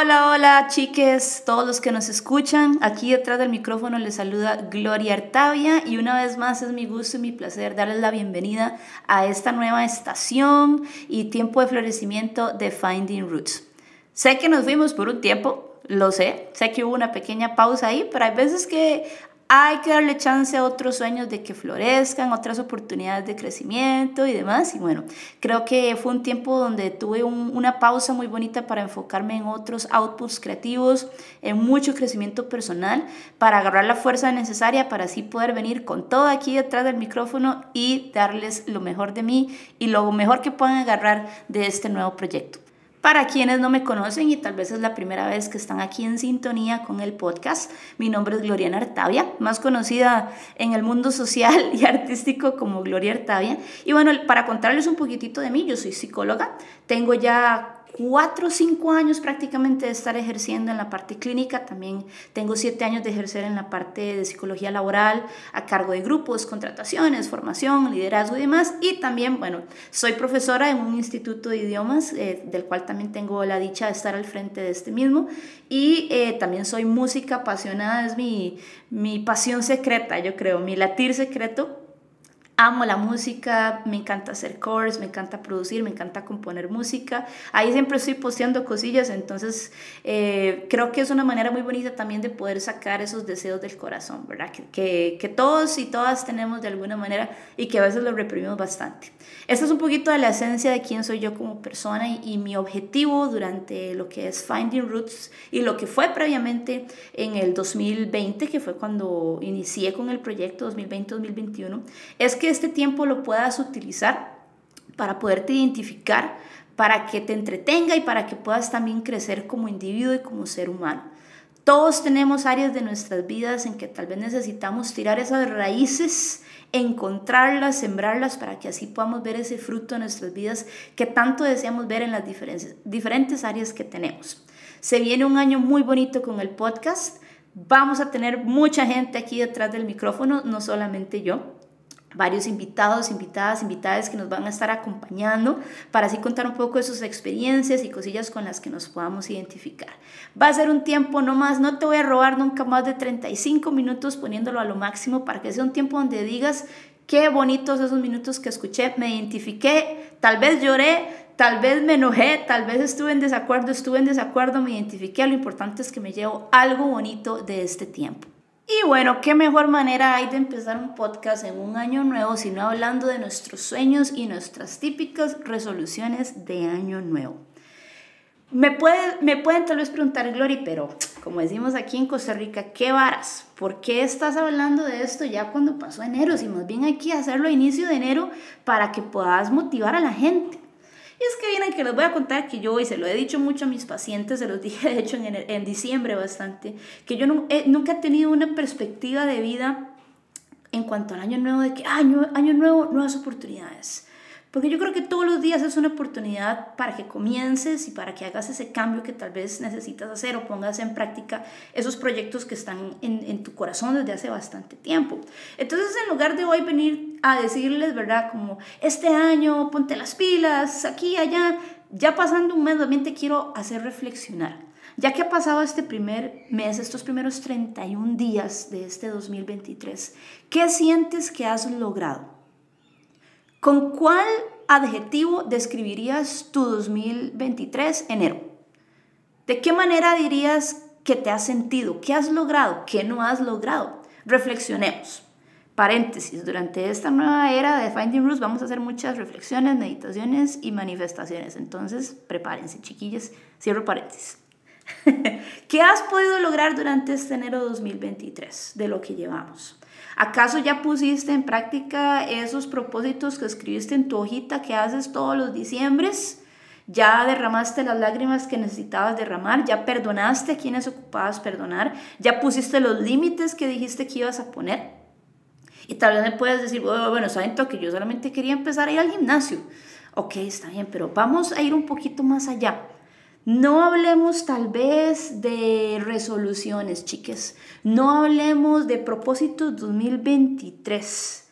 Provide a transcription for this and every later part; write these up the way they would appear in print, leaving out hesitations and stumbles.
Hola, hola, chiques, todos los que nos escuchan. Aquí detrás del micrófono les saluda Gloria Artavia y una vez más es mi gusto y mi placer darles la bienvenida a esta nueva estación y tiempo de florecimiento de Finding Roots. Sé que nos fuimos por un tiempo, lo sé que hubo una pequeña pausa ahí, pero hay veces que hay que darle chance a otros sueños de que florezcan, otras oportunidades de crecimiento y demás. Y bueno, creo que fue un tiempo donde tuve una pausa muy bonita para enfocarme en otros outputs creativos, en mucho crecimiento personal, para agarrar la fuerza necesaria para así poder venir con todo aquí detrás del micrófono y darles lo mejor de mí y lo mejor que puedan agarrar de este nuevo proyecto. Para quienes no me conocen y tal vez es la primera vez que están aquí en sintonía con el podcast, mi nombre es Gloriana Artavia, más conocida en el mundo social y artístico como Gloria Artavia. Y bueno, para contarles un poquitito de mí, yo soy psicóloga, tengo ya 4 o 5 años prácticamente de estar ejerciendo en la parte clínica, también tengo 7 años de ejercer en la parte de psicología laboral a cargo de grupos, contrataciones, formación, liderazgo y demás, y también, bueno, soy profesora en un instituto de idiomas del cual también tengo la dicha de estar al frente de este mismo, y también soy música apasionada, es mi pasión secreta, yo creo, mi latir secreto. Amo la música, me encanta hacer covers, me encanta producir, me encanta componer música. Ahí siempre estoy posteando cosillas, entonces creo que es una manera muy bonita también de poder sacar esos deseos del corazón, ¿verdad? Que todos y todas tenemos de alguna manera y que a veces los reprimimos bastante. Esta es un poquito de la esencia de quién soy yo como persona y mi objetivo durante lo que es Finding Roots y lo que fue previamente en el 2020, que fue cuando inicié con el proyecto 2020-2021, es que este tiempo lo puedas utilizar para poderte identificar, para que te entretenga y para que puedas también crecer como individuo y como ser humano. Todos tenemos áreas de nuestras vidas en que tal vez necesitamos tirar esas raíces, encontrarlas, sembrarlas para que así podamos ver ese fruto en nuestras vidas que tanto deseamos ver en las diferentes áreas que tenemos. Se viene un año muy bonito con el podcast. Vamos a tener mucha gente aquí detrás del micrófono, no solamente yo. Varios invitados, invitadas que nos van a estar acompañando para así contar un poco de sus experiencias y cosillas con las que nos podamos identificar. Va a ser un tiempo no te voy a robar nunca más de 35 minutos poniéndolo a lo máximo para que sea un tiempo donde digas qué bonitos esos minutos que escuché, me identifiqué, tal vez lloré, tal vez me enojé, tal vez estuve en desacuerdo, me identifiqué, lo importante es que me llevo algo bonito de este tiempo. Y bueno, qué mejor manera hay de empezar un podcast en un año nuevo, sino hablando de nuestros sueños y nuestras típicas resoluciones de año nuevo. Me pueden tal vez preguntar, Glory, pero como decimos aquí en Costa Rica, ¿qué varas? ¿Por qué estás hablando de esto ya cuando pasó enero? Si más bien hay que hacerlo a inicio de enero para que puedas motivar a la gente. Y es que vienen que les voy a contar que yo, y se lo he dicho mucho a mis pacientes, se los dije de hecho en diciembre bastante, que yo nunca he tenido una perspectiva de vida en cuanto al año nuevo de que año nuevo, nuevas oportunidades. Porque yo creo que todos los días es una oportunidad para que comiences y para que hagas ese cambio que tal vez necesitas hacer o pongas en práctica esos proyectos que están en tu corazón desde hace bastante tiempo. Entonces, en lugar de hoy venir a decirles, ¿verdad? Como este año, ponte las pilas, aquí, allá, ya pasando un mes, también te quiero hacer reflexionar. Ya que ha pasado este primer mes, estos primeros 31 días de este 2023, ¿qué sientes que has logrado? ¿Con cuál adjetivo describirías tu 2023 enero? ¿De qué manera dirías que te has sentido? ¿Qué has logrado? ¿Qué no has logrado? Reflexionemos. Paréntesis, durante esta nueva era de Finding Roots vamos a hacer muchas reflexiones, meditaciones y manifestaciones. Entonces, prepárense, chiquillas. Cierro paréntesis. ¿Qué has podido lograr durante este enero 2023 de lo que llevamos? ¿Acaso ya pusiste en práctica esos propósitos que escribiste en tu hojita que haces todos los diciembres? ¿Ya derramaste las lágrimas que necesitabas derramar? ¿Ya perdonaste a quienes ocupabas perdonar? ¿Ya pusiste los límites que dijiste que ibas a poner? Y tal vez me puedes decir, bueno, saben que yo solamente quería empezar a ir al gimnasio. Ok, está bien, pero vamos a ir un poquito más allá. No hablemos tal vez de resoluciones, chiques. No hablemos de propósitos 2023.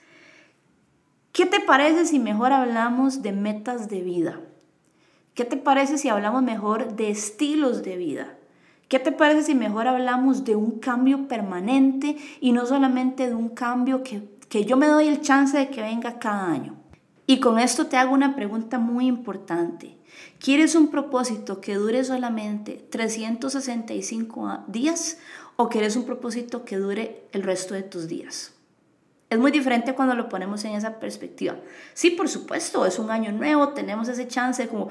¿Qué te parece si mejor hablamos de metas de vida? ¿Qué te parece si hablamos mejor de estilos de vida? ¿Qué te parece si mejor hablamos de un cambio permanente y no solamente de un cambio que yo me doy el chance de que venga cada año? Y con esto te hago una pregunta muy importante. ¿Quieres un propósito que dure solamente 365 días o quieres un propósito que dure el resto de tus días? Es muy diferente cuando lo ponemos en esa perspectiva. Sí, por supuesto, es un año nuevo, tenemos ese chance como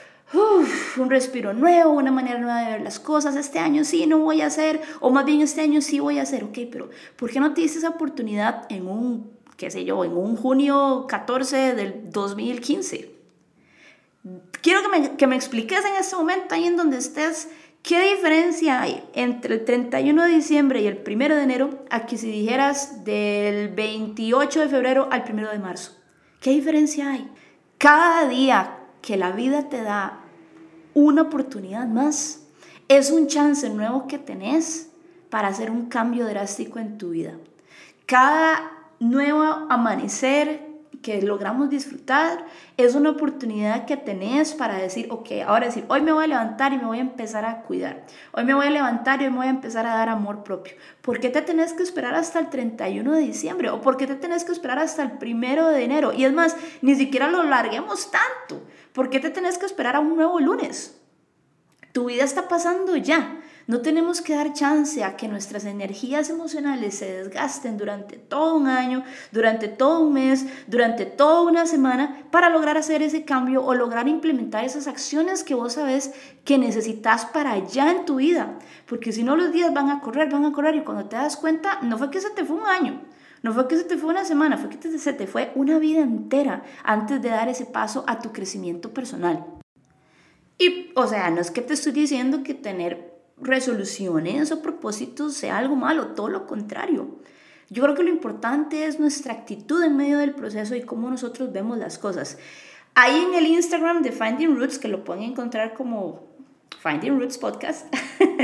un respiro nuevo, una manera nueva de ver las cosas. Este año sí no voy a hacer, o más bien este año sí voy a hacer. Ok, pero ¿por qué no te diste esa oportunidad en un, qué sé yo, en un junio 14 del 2015? Quiero que me expliques en este momento, ahí en donde estés, ¿qué diferencia hay entre el 31 de diciembre y el 1 de enero a que si dijeras del 28 de febrero al 1 de marzo? ¿Qué diferencia hay? Cada día que la vida te da una oportunidad más es un chance nuevo que tenés para hacer un cambio drástico en tu vida. Cada nuevo amanecer que logramos disfrutar es una oportunidad que tenés para decir, ok, ahora decir, hoy me voy a levantar y me voy a empezar a cuidar. Hoy me voy a levantar y hoy me voy a empezar a dar amor propio. ¿Por qué te tenés que esperar hasta el 31 de diciembre? ¿O por qué te tenés que esperar hasta el 1 de enero? Y es más, ni siquiera lo larguemos tanto. ¿Por qué te tenés que esperar a un nuevo lunes? Tu vida está pasando ya. No tenemos que dar chance a que nuestras energías emocionales se desgasten durante todo un año, durante todo un mes, durante toda una semana para lograr hacer ese cambio o lograr implementar esas acciones que vos sabes que necesitas para ya en tu vida. Porque si no, los días van a correr y cuando te das cuenta, no fue que se te fue un año, no fue que se te fue una semana, fue que se te fue una vida entera antes de dar ese paso a tu crecimiento personal. Y, o sea, no es que te estoy diciendo que tener resoluciones o propósitos sea algo malo, todo lo contrario. Yo creo que lo importante es nuestra actitud en medio del proceso y cómo nosotros vemos las cosas. Ahí en el Instagram de Finding Roots, que lo pueden encontrar como Finding Roots Podcast,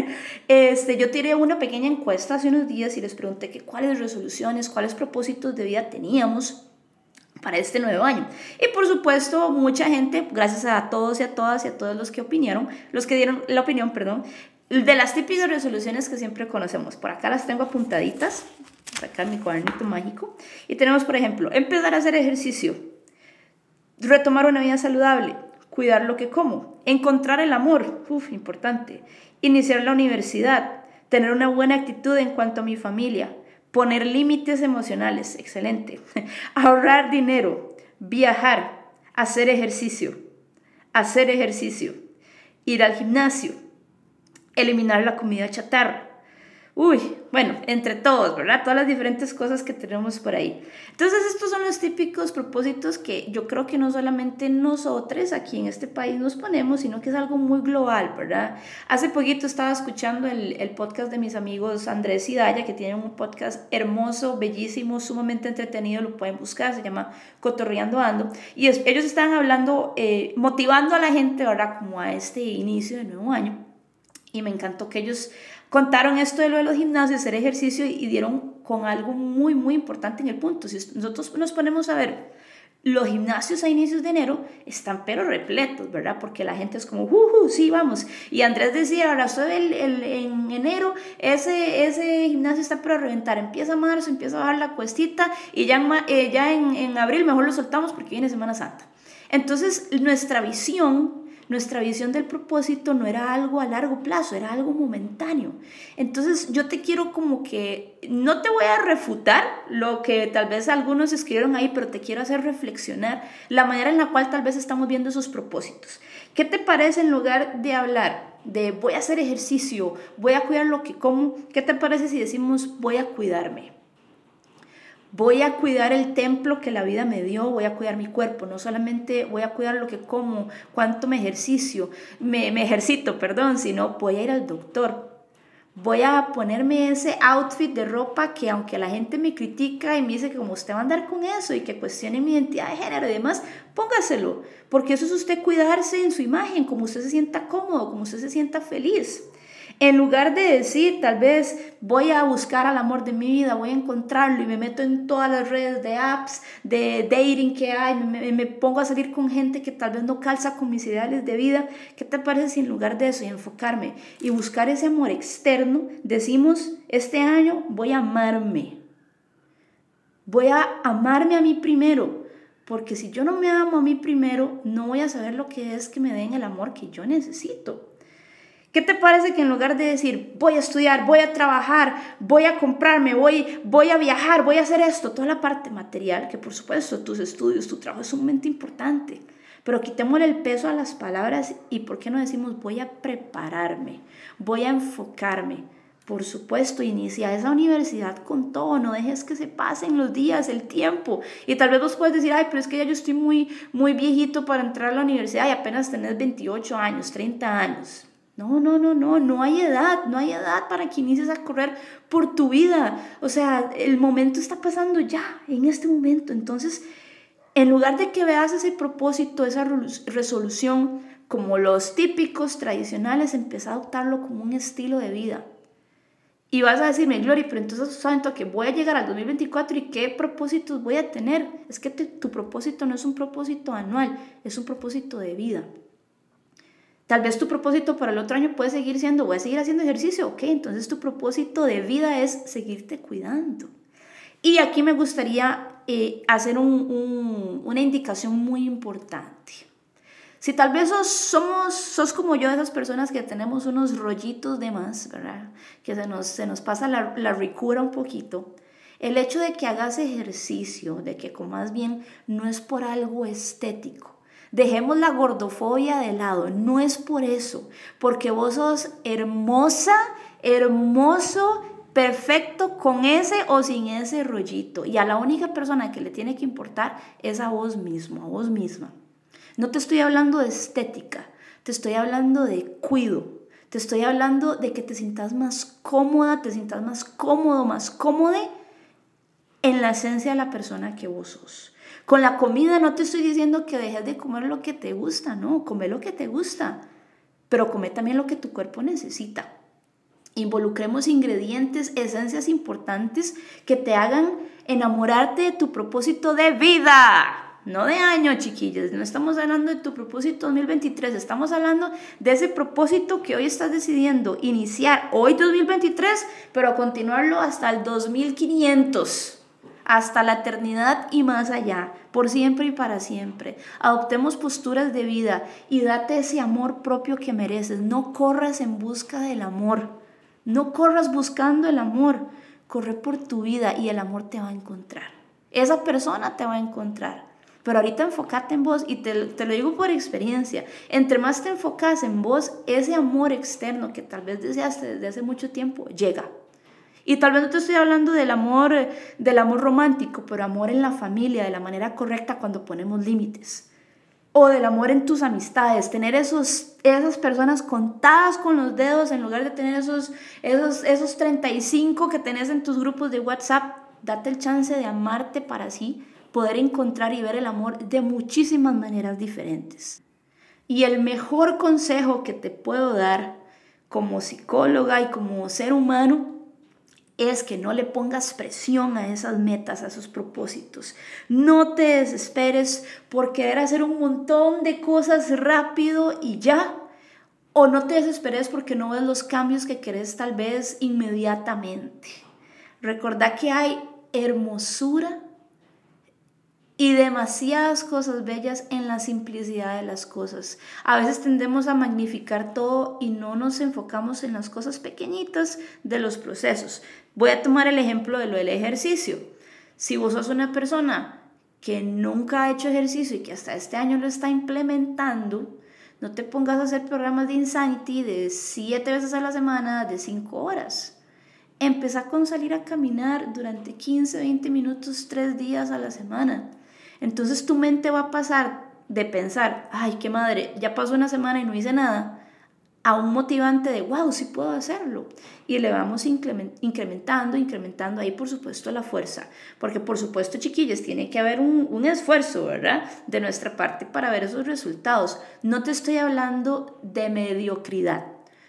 yo tiré una pequeña encuesta hace unos días y les pregunté que cuáles resoluciones, cuáles propósitos de vida teníamos para este nuevo año. Y por supuesto, mucha gente, gracias a todos y a todas y a todos los que opinaron, los que dieron la opinión, perdón, de las típicas resoluciones que siempre conocemos. Por acá las tengo apuntaditas, por acá en mi cuadernito mágico. Y tenemos, por ejemplo, empezar a hacer ejercicio, retomar una vida saludable, cuidar lo que como, encontrar el amor, importante, iniciar la universidad, tener una buena actitud en cuanto a mi familia, poner límites emocionales, excelente, ahorrar dinero, viajar, hacer ejercicio, ir al gimnasio, eliminar la comida chatarra. Bueno, entre todos, ¿verdad? Todas las diferentes cosas que tenemos por ahí. Entonces, estos son los típicos propósitos que yo creo que no solamente nosotros aquí en este país nos ponemos, sino que es algo muy global, ¿verdad? Hace poquito estaba escuchando el podcast de mis amigos Andrés y Daya, que tienen un podcast hermoso, bellísimo, sumamente entretenido, lo pueden buscar, se llama Cotorreando Ando, y ellos estaban hablando, motivando a la gente, ¿verdad? Como a este inicio de nuevo año, y me encantó que ellos contaron esto de lo de los gimnasios, hacer ejercicio y dieron con algo muy, muy importante en el punto. Si nosotros nos ponemos a ver, los gimnasios a inicios de enero están pero repletos, ¿verdad? Porque la gente es como, sí, vamos. Y Andrés decía, ahora en enero ese gimnasio está pero a reventar. Empieza marzo, empieza a bajar la cuestita y ya en abril mejor lo soltamos porque viene Semana Santa. Entonces, nuestra visión del propósito no era algo a largo plazo, era algo momentáneo. Entonces yo te quiero como que, no te voy a refutar lo que tal vez algunos escribieron ahí, pero te quiero hacer reflexionar la manera en la cual tal vez estamos viendo esos propósitos. ¿Qué te parece en lugar de hablar de voy a hacer ejercicio, voy a cuidar lo que como? ¿Qué te parece si decimos voy a cuidarme? Voy a cuidar el templo que la vida me dio, voy a cuidar mi cuerpo, no solamente voy a cuidar lo que como, cuánto me ejercito, sino voy a ir al doctor. Voy a ponerme ese outfit de ropa que aunque la gente me critica y me dice que como usted va a andar con eso y que cuestione mi identidad de género y demás, póngaselo, porque eso es usted cuidarse en su imagen, como usted se sienta cómodo, como usted se sienta feliz. En lugar de decir, tal vez voy a buscar al amor de mi vida, voy a encontrarlo y me meto en todas las redes de apps, de dating que hay, me pongo a salir con gente que tal vez no calza con mis ideales de vida, ¿qué te parece si en lugar de eso y enfocarme y buscar ese amor externo, decimos, este año voy a amarme? Voy a amarme a mí primero, porque si yo no me amo a mí primero, no voy a saber lo que es que me den el amor que yo necesito. ¿Qué te parece que en lugar de decir voy a estudiar, voy a trabajar, voy a comprarme, voy a viajar, voy a hacer esto, toda la parte material, que por supuesto tus estudios, tu trabajo es sumamente importante, pero quitémosle el peso a las palabras y ¿por qué no decimos voy a prepararme, voy a enfocarme? Por supuesto, inicia esa universidad con todo, no dejes que se pasen los días, el tiempo. Y tal vez vos puedes decir, ay, pero es que ya yo estoy muy viejito para entrar a la universidad y apenas tenés 28 años, 30 años. No hay edad para que inicies a correr por tu vida. O sea, el momento está pasando ya, en este momento. Entonces, en lugar de que veas ese propósito, esa resolución, como los típicos tradicionales, empieza a adoptarlo como un estilo de vida. Y vas a decirme, Glory, pero entonces saben que voy a llegar al 2024 y qué propósitos voy a tener. Es que tu propósito no es un propósito anual, es un propósito de vida. Tal vez tu propósito para el otro año puede seguir siendo, voy a seguir haciendo ejercicio, ok, entonces tu propósito de vida es seguirte cuidando. Y aquí me gustaría hacer una indicación muy importante. Si tal vez sos como yo, de esas personas que tenemos unos rollitos de más, ¿verdad? Que se nos pasa la ricura un poquito. El hecho de que hagas ejercicio, de que comas bien, no es por algo estético. Dejemos la gordofobia de lado, no es por eso, porque vos sos hermosa, hermoso, perfecto con ese o sin ese rollito. Y a la única persona que le tiene que importar es a vos mismo, a vos misma. No te estoy hablando de estética, te estoy hablando de cuido, te estoy hablando de que te sientas más cómoda, te sientas más cómodo, más cómode en la esencia de la persona que vos sos. Con la comida no te estoy diciendo que dejes de comer lo que te gusta, no, come lo que te gusta, pero come también lo que tu cuerpo necesita. Involucremos ingredientes, esencias importantes que te hagan enamorarte de tu propósito de vida. No de año, chiquillos, no estamos hablando de tu propósito 2023, estamos hablando de ese propósito que hoy estás decidiendo iniciar hoy 2023, pero continuarlo hasta el 2500. Hasta la eternidad y más allá, por siempre y para siempre. Adoptemos posturas de vida y date ese amor propio que mereces. No corras en busca del amor, no corras buscando el amor, corre por tu vida y el amor te va a encontrar. Esa persona te va a encontrar. Pero ahorita enfócate en vos y te lo digo por experiencia. Entre más te enfocas en vos, ese amor externo que tal vez deseaste desde hace mucho tiempo llega. Y tal vez no te estoy hablando del amor romántico, pero amor en la familia, de la manera correcta cuando ponemos límites. O del amor en tus amistades, tener esas personas contadas con los dedos en lugar de tener esos 35 que tenés en tus grupos de WhatsApp. Date el chance de amarte para así poder encontrar y ver el amor de muchísimas maneras diferentes. Y el mejor consejo que te puedo dar como psicóloga y como ser humano es que no le pongas presión a esas metas, a esos propósitos. No te desesperes por querer hacer un montón de cosas rápido y ya. O no te desesperes porque no ves los cambios que querés tal vez inmediatamente. Recordá que hay hermosura y demasiadas cosas bellas en la simplicidad de las cosas. A veces tendemos a magnificar todo y no nos enfocamos en las cosas pequeñitas de los procesos. Voy a tomar el ejemplo de lo del ejercicio. Si vos sos una persona que nunca ha hecho ejercicio y que hasta este año lo está implementando, no te pongas a hacer programas de Insanity de 7 veces a la semana, de 5 horas. Empezá con salir a caminar durante 15, 20 minutos, 3 días a la semana. Entonces tu mente va a pasar de pensar, ay, qué madre, ya pasó una semana y no hice nada, a un motivante de, wow, sí puedo hacerlo. Y le vamos incrementando ahí, por supuesto, la fuerza. Porque, por supuesto, chiquillos, tiene que haber un esfuerzo, ¿verdad?, de nuestra parte para ver esos resultados. No te estoy hablando de mediocridad.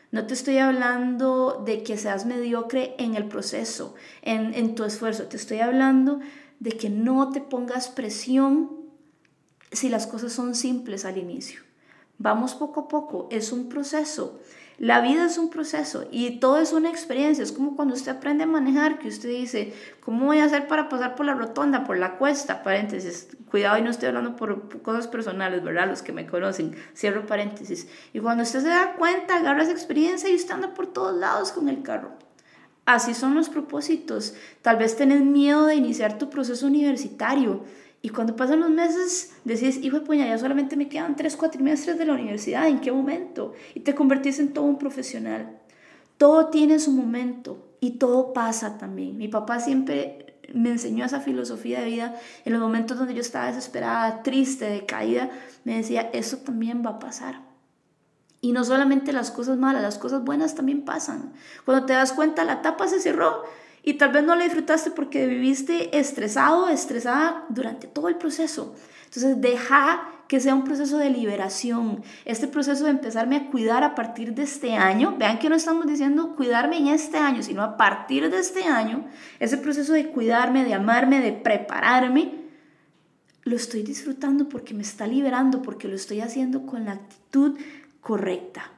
No te estoy hablando de que seas mediocre en el proceso, en tu esfuerzo. Te estoy hablando de que no te pongas presión si las cosas son simples al inicio. Vamos poco a poco, es un proceso. La vida es un proceso y todo es una experiencia. Es como cuando usted aprende a manejar, que usted dice, ¿cómo voy a hacer para pasar por la rotonda, por la cuesta? Paréntesis, cuidado, y no estoy hablando por cosas personales, ¿verdad? Los que me conocen, cierro paréntesis. Y cuando usted se da cuenta, agarra esa experiencia y usted anda por todos lados con el carro. Así son los propósitos. Tal vez tenés miedo de iniciar tu proceso universitario. Y cuando pasan los meses, decís, hijo de puña, ya solamente me quedan 3 cuatrimestres de la universidad, ¿en qué momento? Y te convertís en todo un profesional. Todo tiene su momento y todo pasa también. Mi papá siempre me enseñó esa filosofía de vida. En los momentos donde yo estaba desesperada, triste, decaída, me decía, eso también va a pasar. Y no solamente las cosas malas, las cosas buenas también pasan. Cuando te das cuenta, la tapa se cerró. Y tal vez no la disfrutaste porque viviste estresado, estresada durante todo el proceso. Entonces deja que sea un proceso de liberación. Este proceso de empezarme a cuidar a partir de este año. Vean que no estamos diciendo cuidarme en este año, sino a partir de este año. Ese proceso de cuidarme, de amarme, de prepararme, lo estoy disfrutando porque me está liberando, porque lo estoy haciendo con la actitud correcta.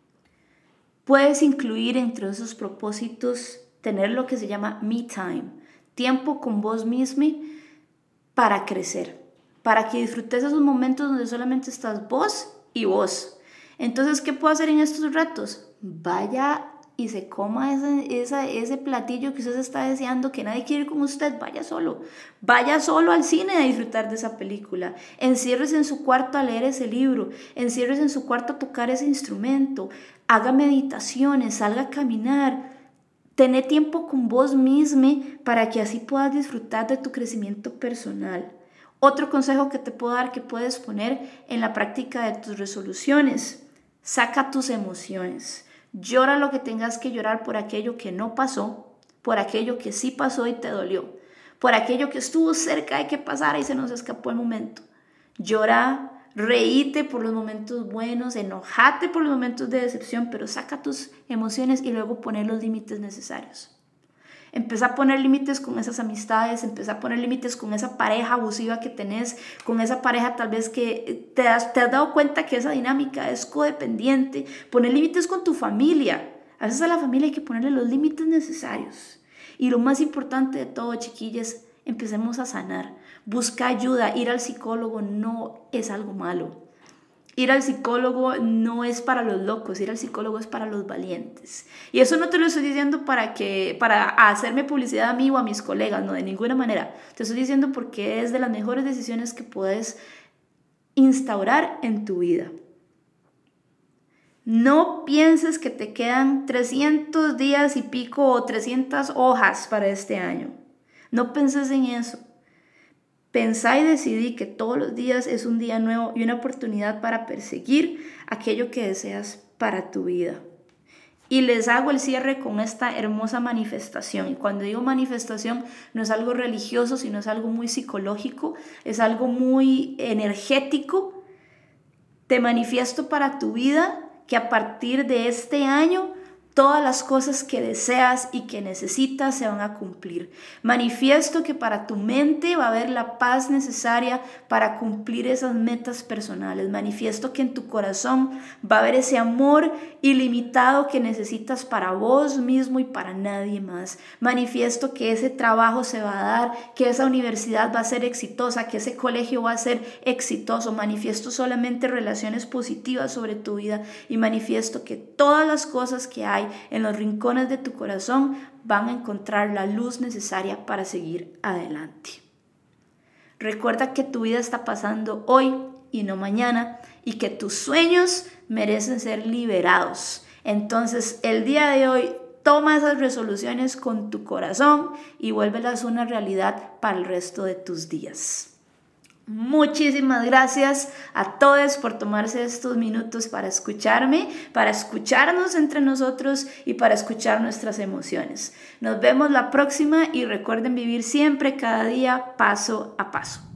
Puedes incluir entre esos propósitos tener lo que se llama me time, tiempo con vos mismo para crecer, para que disfrutes esos momentos donde solamente estás vos y vos. Entonces, ¿qué puedo hacer en estos ratos? Vaya y se coma ese platillo que usted está deseando, que nadie quiere ir con usted, vaya solo al cine a disfrutar de esa película, enciérrese en su cuarto a leer ese libro, enciérrese en su cuarto a tocar ese instrumento, haga meditaciones, salga a caminar. Tener tiempo con vos mismo para que así puedas disfrutar de tu crecimiento personal. Otro consejo que te puedo dar que puedes poner en la práctica de tus resoluciones. Saca tus emociones. Llora lo que tengas que llorar por aquello que no pasó, por aquello que sí pasó y te dolió, por aquello que estuvo cerca de que pasara y se nos escapó el momento. Llora. Reíte por los momentos buenos, enojate por los momentos de decepción, pero saca tus emociones y luego poner los límites necesarios. Empezá a poner límites con esas amistades, empezá a poner límites con esa pareja abusiva que tenés, con esa pareja tal vez que te has dado cuenta que esa dinámica es codependiente. Poner límites con tu familia. A veces a la familia hay que ponerle los límites necesarios. Y lo más importante de todo, chiquillas, empecemos a sanar. Busca ayuda, ir al psicólogo no es algo malo. Ir al psicólogo no es para los locos, ir al psicólogo es para los valientes. Y eso no te lo estoy diciendo para hacerme publicidad a mí o a mis colegas, no, de ninguna manera. Te estoy diciendo porque es de las mejores decisiones que puedes instaurar en tu vida. No pienses que te quedan 300 días y pico o 300 hojas para este año. No penses en eso. Pensá y decidí que todos los días es un día nuevo y una oportunidad para perseguir aquello que deseas para tu vida. Y les hago el cierre con esta hermosa manifestación. Y cuando digo manifestación, no es algo religioso, sino es algo muy psicológico, es algo muy energético. Te manifiesto para tu vida que a partir de este año todas las cosas que deseas y que necesitas se van a cumplir. Manifiesto que para tu mente va a haber la paz necesaria para cumplir esas metas personales. Manifiesto que en tu corazón va a haber ese amor ilimitado que necesitas para vos mismo y para nadie más. Manifiesto que ese trabajo se va a dar, que esa universidad va a ser exitosa, que ese colegio va a ser exitoso. Manifiesto solamente relaciones positivas sobre tu vida y manifiesto que todas las cosas que hay en los rincones de tu corazón van a encontrar la luz necesaria para seguir adelante. Recuerda que tu vida está pasando hoy y no mañana y que tus sueños merecen ser liberados. Entonces, el día de hoy, toma esas resoluciones con tu corazón y vuélvelas una realidad para el resto de tus días. Muchísimas gracias a todos por tomarse estos minutos para escucharme, para escucharnos entre nosotros y para escuchar nuestras emociones. Nos vemos la próxima y recuerden vivir siempre cada día paso a paso.